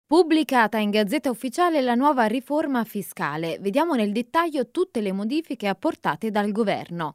Pubblicata in Gazzetta Ufficiale la nuova riforma fiscale. Vediamo nel dettaglio tutte le modifiche apportate dal governo.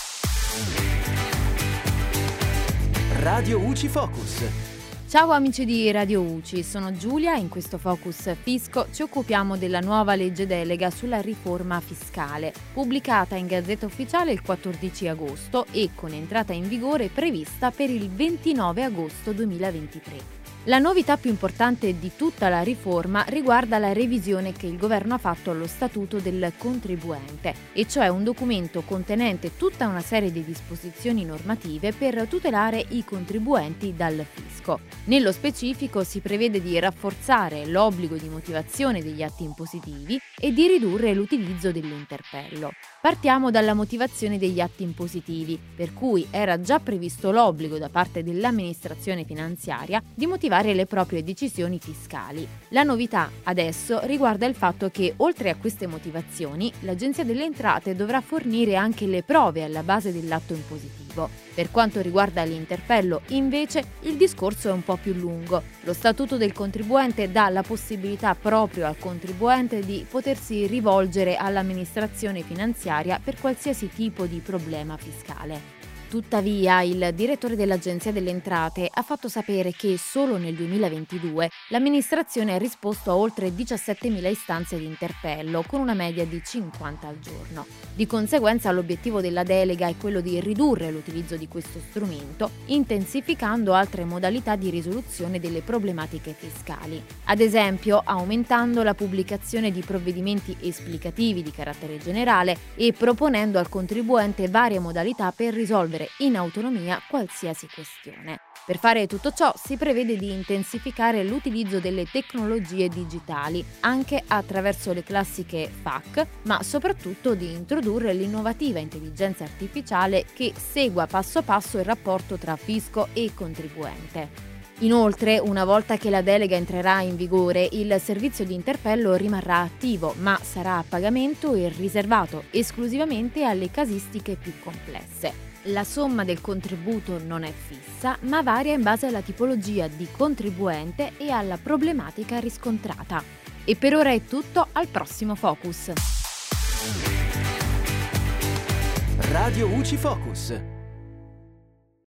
Radio UCI Focus. Ciao amici di Radio UCI, sono Giulia e in questo Focus Fisco ci occupiamo della nuova legge delega sulla riforma fiscale, pubblicata in Gazzetta Ufficiale il 14 agosto e con entrata in vigore prevista per il 29 agosto 2023. La novità più importante di tutta la riforma riguarda la revisione che il governo ha fatto allo Statuto del contribuente, e cioè un documento contenente tutta una serie di disposizioni normative per tutelare i contribuenti dal fisco. Nello specifico si prevede di rafforzare l'obbligo di motivazione degli atti impositivi e di ridurre l'utilizzo dell'interpello. Partiamo dalla motivazione degli atti impositivi, per cui era già previsto l'obbligo da parte dell'amministrazione finanziaria di motivare le proprie decisioni fiscali. La novità adesso riguarda il fatto che, oltre a queste motivazioni, l'Agenzia delle Entrate dovrà fornire anche le prove alla base dell'atto impositivo. Per quanto riguarda l'interpello, invece, il discorso è un po' più lungo. Lo Statuto del contribuente dà la possibilità proprio al contribuente di potersi rivolgere all'amministrazione finanziaria per qualsiasi tipo di problema fiscale. Tuttavia, il direttore dell'Agenzia delle Entrate ha fatto sapere che solo nel 2022 l'amministrazione ha risposto a oltre 17.000 istanze di interpello, con una media di 50 al giorno. Di conseguenza, l'obiettivo della delega è quello di ridurre l'utilizzo di questo strumento, intensificando altre modalità di risoluzione delle problematiche fiscali. Ad esempio, aumentando la pubblicazione di provvedimenti esplicativi di carattere generale e proponendo al contribuente varie modalità per risolvere in autonomia qualsiasi questione. Per fare tutto ciò si prevede di intensificare l'utilizzo delle tecnologie digitali, anche attraverso le classiche FAQ, ma soprattutto di introdurre l'innovativa intelligenza artificiale che segua passo passo il rapporto tra fisco e contribuente. Inoltre, una volta che la delega entrerà in vigore, il servizio di interpello rimarrà attivo, ma sarà a pagamento e riservato esclusivamente alle casistiche più complesse. La somma del contributo non è fissa, ma varia in base alla tipologia di contribuente e alla problematica riscontrata. E per ora è tutto, al prossimo Focus. Radio UCI Focus.